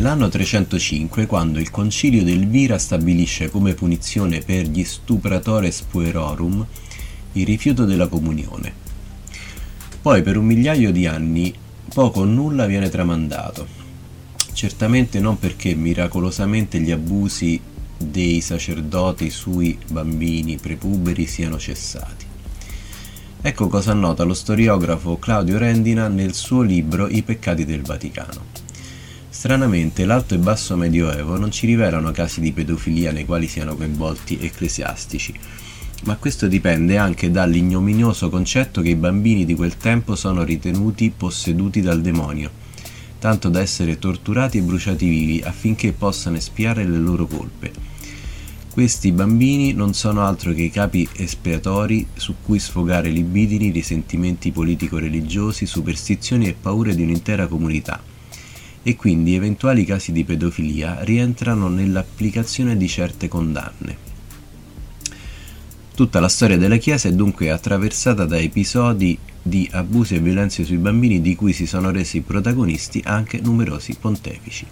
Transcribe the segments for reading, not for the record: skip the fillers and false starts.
nell'anno 305, quando il concilio d'Elvira stabilisce come punizione per gli stupratores puerorum il rifiuto della comunione. Poi per un migliaio di anni poco o nulla viene tramandato, certamente non perché miracolosamente gli abusi dei sacerdoti sui bambini prepuberi siano cessati. Ecco cosa annota lo storiografo Claudio Rendina nel suo libro I peccati del Vaticano. Stranamente l'Alto e Basso Medioevo non ci rivelano casi di pedofilia nei quali siano coinvolti ecclesiastici, ma questo dipende anche dall'ignominioso concetto che i bambini di quel tempo sono ritenuti posseduti dal demonio, tanto da essere torturati e bruciati vivi affinché possano espiare le loro colpe. Questi bambini non sono altro che i capi espiatori su cui sfogare libidini, risentimenti politico-religiosi, superstizioni e paure di un'intera comunità, e quindi eventuali casi di pedofilia rientrano nell'applicazione di certe condanne. Tutta la storia della Chiesa è dunque attraversata da episodi di abusi e violenze sui bambini di cui si sono resi protagonisti anche numerosi pontefici.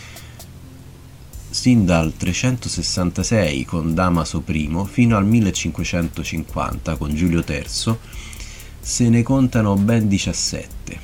Sin dal 366 con Damaso I fino al 1550 con Giulio III se ne contano ben 17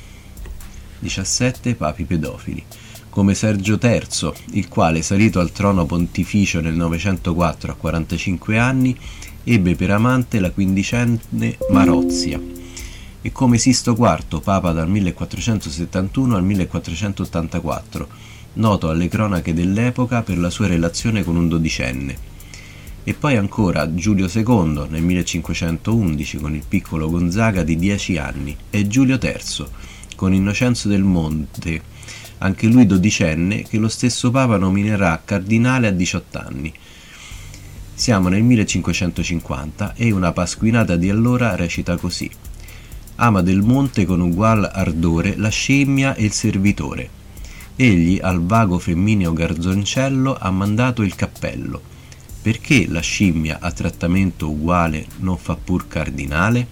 papi pedofili, come Sergio III, il quale, salito al trono pontificio nel 904 a 45 anni, ebbe per amante la quindicenne Marozia, e come Sisto IV, papa dal 1471 al 1484, noto alle cronache dell'epoca per la sua relazione con un dodicenne, e poi ancora Giulio II nel 1511 con il piccolo Gonzaga di 10 anni e Giulio III con Innocenzo del Monte, anche lui dodicenne, che lo stesso papa nominerà cardinale a 18 anni. Siamo nel 1550 e una pasquinata di allora recita così: ama del monte con ugual ardore la scimmia e il servitore. Egli al vago femmineo garzoncello ha mandato il cappello. Perché la scimmia a trattamento uguale non fa pur cardinale?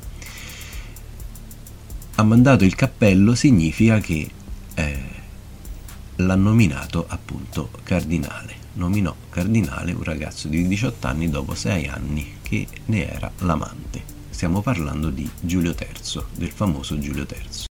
Ha mandato il cappello significa che l'ha nominato appunto cardinale. Nominò cardinale un ragazzo di 18 anni dopo 6 anni che ne era l'amante. Stiamo parlando di Giulio III, del famoso Giulio III.